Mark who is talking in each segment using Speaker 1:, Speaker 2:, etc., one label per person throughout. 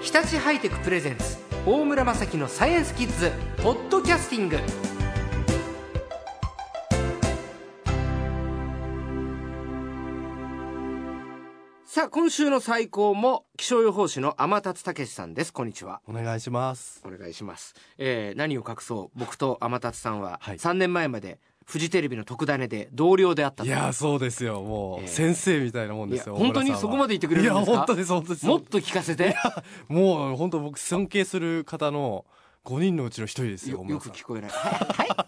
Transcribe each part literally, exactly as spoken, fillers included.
Speaker 1: 日立ハイテクプレゼンツ大村雅樹のサイエンスキッズポッドキャスティング。さあ今週の最高も気象予報士の天達武さんです。こんにちは。
Speaker 2: お願いします。
Speaker 1: お願いします、えー、何を隠そう僕と天達さんは
Speaker 2: はい
Speaker 1: さんねんまえまでフジテレビの特ダネで同僚であったと。
Speaker 2: いやそうですよ、もう、
Speaker 1: えー
Speaker 2: 先生みたいなもんですよ。
Speaker 1: いや本当にそこまで言ってくれるんですか？
Speaker 2: いや本当です本当です
Speaker 1: もっと聞かせて。
Speaker 2: もう本当僕尊敬する方のごにんのうちのひとりですよ。
Speaker 1: よ, よく聞こえない。はい、はい、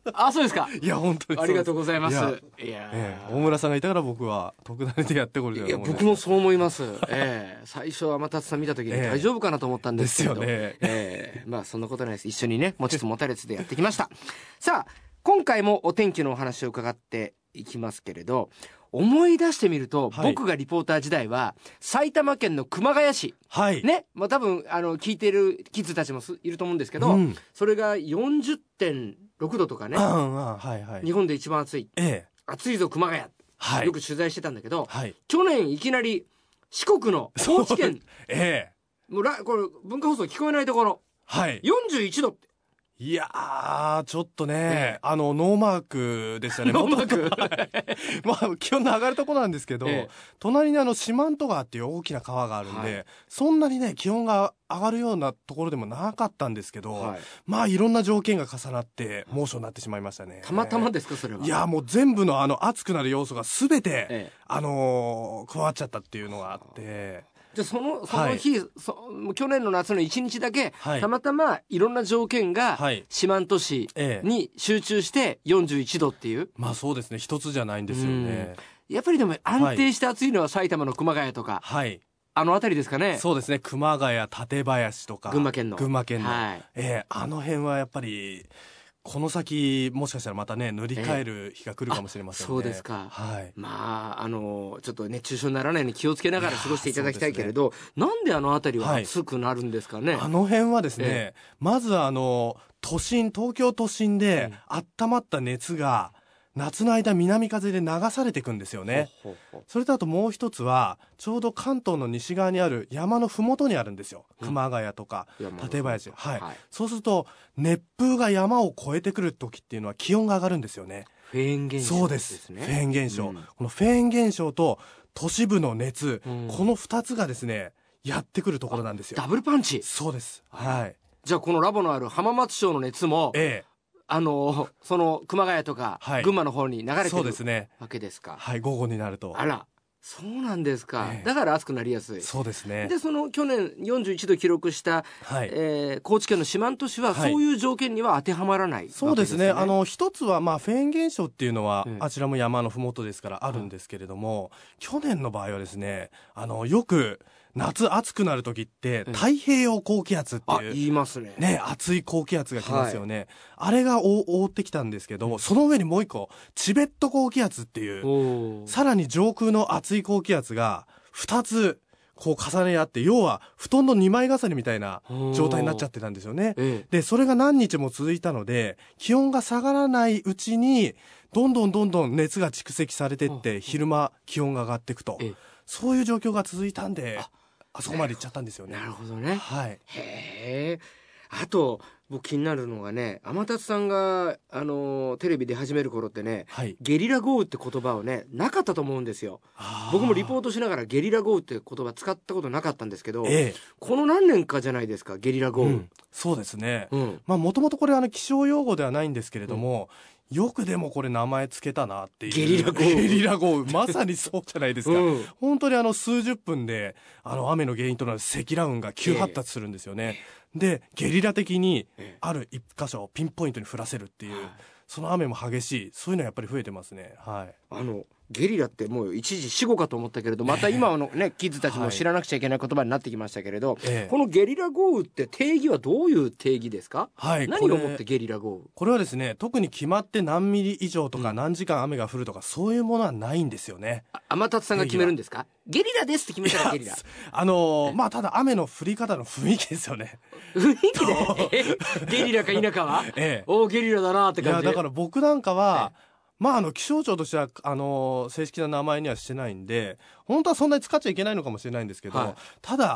Speaker 1: あそうですか。
Speaker 2: いや本当に
Speaker 1: ありがとうございます。い
Speaker 2: いや、
Speaker 1: や、
Speaker 2: えー、大村さんがいたから僕は特ダネでやってこれた
Speaker 1: いや僕もそう思います、えー、最初天達さん見た時に大丈夫かなと思ったんですけど、
Speaker 2: ですよね、
Speaker 1: えー、まあそんなことないです。一緒にね持ちつ持たれつでやってきましたさあ今回もお天気のお話を伺っていきますけれど、思い出してみると、はい、僕がリポーター時代は埼玉県の熊谷市、
Speaker 2: はい
Speaker 1: ね、まあ、多分あの聞いてるキッズたちもいると思うんですけど、うん、それが よんじゅってんろくどとかね、
Speaker 2: うんうんはいはい、日
Speaker 1: 本で一番暑い、ええ、暑いぞ熊谷、はい、よく取材してたんだけど、はい、去年いきなり四国の高知県、ええ、もうこれ文化放送聞こえないところ、はい、よんじゅういちどって。
Speaker 2: いやーちょっとね、ええ、あのノーマークでしたね。
Speaker 1: ノーマーク
Speaker 2: まあ気温の上がるとこなんですけど、ええ、隣にあの四万十川っていう大きな川があるんで、はい、そんなにね気温が上がるようなところでもなかったんですけど、はい、まあいろんな条件が重なって猛暑になってしまいましたね。
Speaker 1: たまたまですかそれは？
Speaker 2: いやもう全部のあの暑くなる要素が全て、ええ、あのー、加わっちゃったっていうのがあって、
Speaker 1: じゃあその、その日、はい、そ去年の夏のいちにちだけ、はい、たまたまいろんな条件が四万十市に集中してよんじゅういちどっていう、ええ、
Speaker 2: まあそうですね、一つじゃないんですよね。
Speaker 1: やっぱりでも安定して暑いのは埼玉の熊谷とか、はい、あの辺りですかね。
Speaker 2: そうですね、熊谷、館林とか
Speaker 1: 群馬県の
Speaker 2: 群馬県の、
Speaker 1: はい、
Speaker 2: えー、あの辺はやっぱりこの先もしかしたらまたね塗り替える日が来るかもしれませんね。
Speaker 1: そうですか、
Speaker 2: はい、
Speaker 1: まああのちょっと熱中症にならないように気をつけながら過ごしていただきたいけれど、ね、なんであの辺りは暑くなるんですかね。
Speaker 2: はい、あの辺はですね、ええ、まずあの都心東京都心で温まった熱が夏の間南風で流されていくんですよね。ほうほうほう。それとあともう一つはちょうど関東の西側にある山のふもとにあるんですよ、うん、熊谷とか館林、はいはい、そうすると熱風が山を越えてくる時っていうのは気温が上がるんですよね。
Speaker 1: フェーン現象ですね。
Speaker 2: そうです、フェーン現象、うん、このフェーン現象と都市部の熱、うん、このふたつがですねやってくるところなんですよ。
Speaker 1: ダブルパンチ。
Speaker 2: そうです、はい。
Speaker 1: じゃあこのラボのある浜松町の熱も、ええ、あのその熊谷とか、はい、群馬の方に流れてるそうですねわけですか。
Speaker 2: はい、午後になると。
Speaker 1: あらそうなんですか、ええ、だから暑くなりやすい。
Speaker 2: そうですね。
Speaker 1: でその去年よんじゅういちど記録した、はい、えー、高知県の四万十市はそういう条件には当てはまらない、はい、
Speaker 2: そうですね。あの一つはまあフェーン現象っていうのは、うん、あちらも山のふもとですからあるんですけれども、うん、去年の場合はですねあのよく夏暑くなる時って太平洋高気圧っていう、うん、あ
Speaker 1: 言いますね。
Speaker 2: ね、暑い高気圧が来ますよね、はい、あれが覆ってきたんですけど、その上にもう一個チベット高気圧っていうさらに上空の暑い高気圧がふたつこう重ね合って、要は布団のにまい重ねみたいな状態になっちゃってたんですよね、ええ、でそれが何日も続いたので気温が下がらないうちにどんどんどんどん熱が蓄積されてって昼間気温が上がっていくと、ええ、そういう状況が続いたんで あ, あそこまで行っちゃったんですよね。
Speaker 1: なるほどね、
Speaker 2: はい、
Speaker 1: へえ。あと僕気になるのがね、天達さんがあのテレビで始める頃ってね、はい、ゲリラ豪雨って言葉をねなかったと思うんですよ。僕もリポートしながらゲリラ豪雨って言葉使ったことなかったんですけど、ええ、この何年かじゃないですかゲリラ豪雨、うん、
Speaker 2: そうですね、うん、まあもともとこれあの気象用語ではないんですけれども、うん、よくでもこれ名前つけたなっていう。
Speaker 1: ゲリラ豪雨。
Speaker 2: ゲリラ豪雨。まさにそうじゃないですか。うん、本当にあの数十分であの雨の原因となる積乱雲が急発達するんですよね。えー、でゲリラ的にある一箇所をピンポイントに降らせるっていう、えー、その雨も激しい、そういうのはやっぱり増えてますね。はい。
Speaker 1: あのゲリラってもう一時死語かと思ったけれど、また今のね、えー、キッズたちも知らなくちゃいけない言葉になってきましたけれど、えー、このゲリラ豪雨って定義はどういう定義ですか？はい、何をもってゲリラ豪雨？
Speaker 2: これはですね、特に決まって何ミリ以上とか何時間雨が降るとか、うん、そういうものはないんですよね。
Speaker 1: 天達さんが決めるんですか？ゲリラですって決めたらゲリラ。
Speaker 2: あのー、まあただ雨の降り方の雰囲気ですよね。
Speaker 1: 雰囲気でゲリラか否かは、ええ、おゲリラだなって感じで。
Speaker 2: いやだから僕なんかは、ええ、まあ、あの気象庁としてはあの正式な名前にはしてないんで本当はそんなに使っちゃいけないのかもしれないんですけど、はい、ただ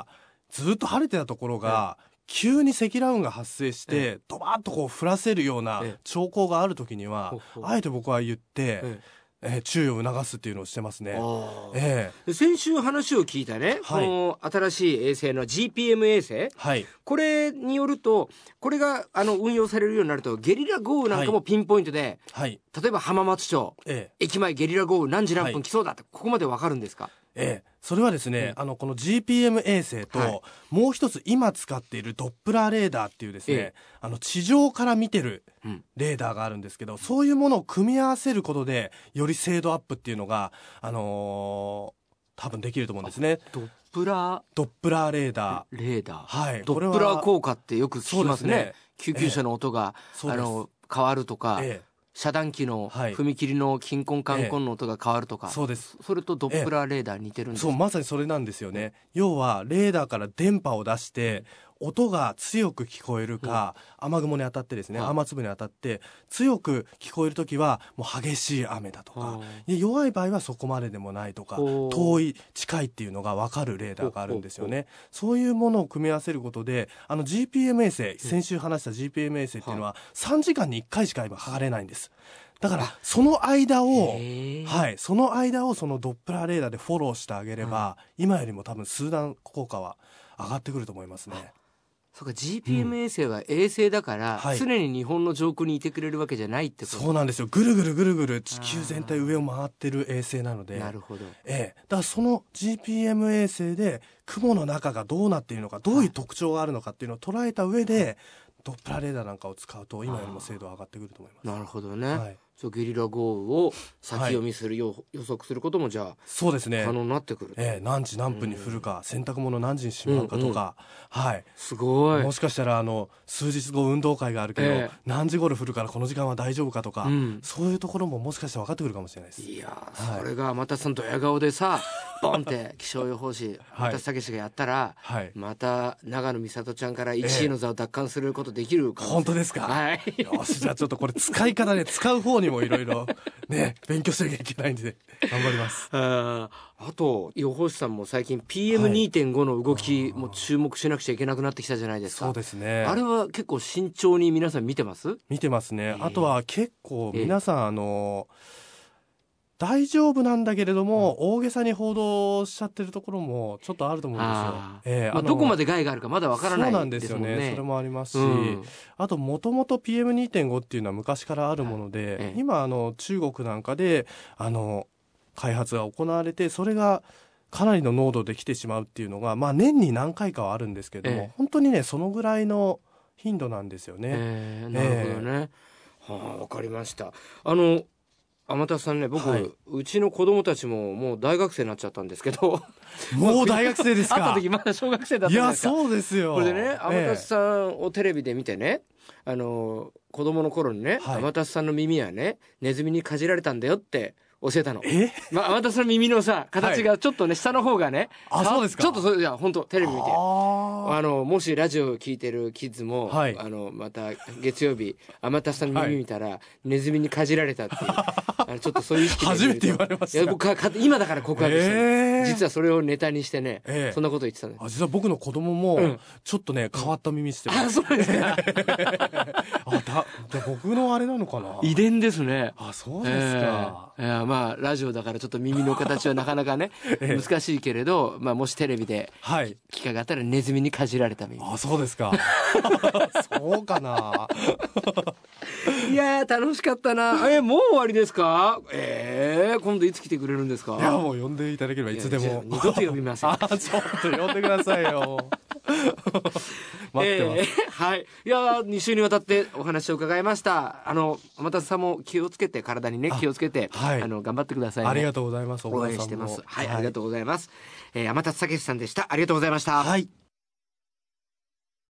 Speaker 2: ずっと晴れてたところが、え急に積乱雲が発生して、えドバーッとこう降らせるような兆候がある時には、えあえて僕は言って、ええー、注意を促すっていうのをしてますね。
Speaker 1: えー、先週話を聞いたね、はい、この新しい衛星の ジーピーエム 衛星、はい、これによるとこれがあの運用されるようになるとゲリラ豪雨なんかもピンポイントで、はい、例えば浜松町、えー、駅前ゲリラ豪雨何時何分来そうだって、はい、ここまでわかるんですか？
Speaker 2: ええ、それはですね、うん、あのこの ジーピーエム 衛星と、はい、もう一つ今使っているドップラーレーダーっていうですね、ええ、あの地上から見てるレーダーがあるんですけど、うん、そういうものを組み合わせることでより精度アップっていうのが、あのー、多分できると思うんですね。
Speaker 1: ドップラー
Speaker 2: ドップラーレーダー、
Speaker 1: レーダー、
Speaker 2: はい、
Speaker 1: ドップラー効果ってよく聞きますね。
Speaker 2: ね、
Speaker 1: 救急車の音が、ええ、あの変わるとか、ええ、遮断機の踏切のキンコンカンコンの音が変わるとか、
Speaker 2: ええ、そうです。
Speaker 1: それとドップラーレーダー似てるんですか？
Speaker 2: そう、まさにそれなんですよね。要はレーダーから電波を出して音が強く聞こえるか、うん、雨雲に当たってですね、はい、雨粒に当たって強く聞こえるときはもう激しい雨だとか、弱い場合はそこまででもないとか、遠い近いっていうのが分かるレーダーがあるんですよね。そういうものを組み合わせることで、あの ジーピーエム 衛星、先週話した ジーピーエム 衛星っていうのはさんじかんにいっかいしか今測れないんです。だからその間を、はい、その間をそのドップラーレーダーでフォローしてあげれば、うん、今よりも多分数段効果は上がってくると思いますね。
Speaker 1: そうか、 ジーピーエム 衛星は衛星だから、うん、はい、常に日本の上空にいてくれるわけじゃないってこと？
Speaker 2: そうなんですよ。ぐるぐるぐるぐる地球全体上を回ってる衛星なので。
Speaker 1: なるほど、
Speaker 2: ええ、だからその ジーピーエム 衛星で雲の中がどうなっているのか、どういう特徴があるのかっていうのを捉えた上で、はい、ドップラーレーダーなんかを使うと今よりも精度が上がってくると思います。
Speaker 1: なるほどね、はい、ゲリラ豪雨を先読みするよ、はい、予測することもじゃあ
Speaker 2: そうですね、
Speaker 1: 可能になってくる、
Speaker 2: えー、何時何分に降るか、うん、洗濯物何時にしまうかとか、うんうん、はい、
Speaker 1: すごい。
Speaker 2: もしかしたらあの数日後運動会があるけど、えー、何時頃降るからこの時間は大丈夫かとか、うん、そういうところももしかしたら分かってくるかもしれないです。
Speaker 1: いや、はい、それが天達さんドヤ顔でさボンって気象予報士天達武史がやったら、はい、また長野美里ちゃんからいちいの座を奪還することできるかも、えー、
Speaker 2: 本当ですか、はい、よし、じゃあちょっとこれ使い方ね使う方にもいろいろね、勉強しなきゃいけないんで頑張ります。
Speaker 1: ああと予報士さんも最近 ピーエムにてんご の動きも注目しなくちゃいけなくなってきたじゃないですか。
Speaker 2: そうですね。
Speaker 1: あれは結構慎重に皆さん見てます？
Speaker 2: 見てますね。あとは結構皆さんあの大丈夫なんだけれども、うん、大げさに報道しちゃってるところもちょっとあると思うんですよ。
Speaker 1: あ、えーまあ、どこまで害があるかまだわからないですもんね。
Speaker 2: そうなんですよね。それもありますし、うん、あともともと ピーエムにてんご っていうのは昔からあるもので、はい、えー、今あの中国なんかであの開発が行われて、それがかなりの濃度で来てしまうっていうのが、まあ、年に何回かはあるんですけども、えー、本当にねそのぐらいの頻度なんですよね。
Speaker 1: えー、なるほどね、えー、はあ、わかりました。あの天達さんね、僕、はい、うちの子供たちももう大学生になっちゃったんですけど
Speaker 2: もう大学生ですか？
Speaker 1: 会った時まだ小学生だったんですか？
Speaker 2: いやそうですよ。
Speaker 1: これでね、天達さんをテレビで見てね、あの子供の頃にね、はい、天達さんの耳はねネズミにかじられたんだよって教えたの。
Speaker 2: え、
Speaker 1: まあ、天達さんの耳のさ形がちょっとね、はい、下の方がね、
Speaker 2: あ、そうですか。
Speaker 1: ちょっとそれじゃ本当テレビ見て、ああのもしラジオを聞いてるキッズも、はい、あのまた月曜日天達さんの耳見たら、はい、ネズミにかじられたっていうあのちょっとそういう意識で
Speaker 2: 初めて言われました。
Speaker 1: いや僕か今だから告白して、えー、実はそれをネタにしてね、えー、そんなこと言ってたんです。
Speaker 2: あ、実は僕の子供もちょっとね、うん、変わった耳してます、
Speaker 1: うん、あ、そうですか
Speaker 2: あ、だじゃ僕のあれなのかな、
Speaker 1: 遺伝ですね。
Speaker 2: あ、そうですか、
Speaker 1: えー、いやまあラジオだからちょっと耳の形はなかなかね難しいけれど、まあ、もしテレビで機会があったらネズミにかじられた耳。
Speaker 2: あ、そうですかそうかな。
Speaker 1: いや楽しかったな。え、もう終わりですか？えー、今度いつ来てくれるんですか？
Speaker 2: いやもう呼んでいただければいつでも。
Speaker 1: 二度と呼びません。
Speaker 2: あ、ちょっと呼んでくださいよ待ってます、えー、
Speaker 1: はい。いやに週にわたってお話を伺いました。あの天達さんも気をつけて、体にね気をつけて、あ、はい、あの頑張ってくださいね。
Speaker 2: ありがとうございます。
Speaker 1: 応援してます。はい、はい、ありがとうございます。えー、天達武史さんでした。ありがとうございました。
Speaker 2: はい。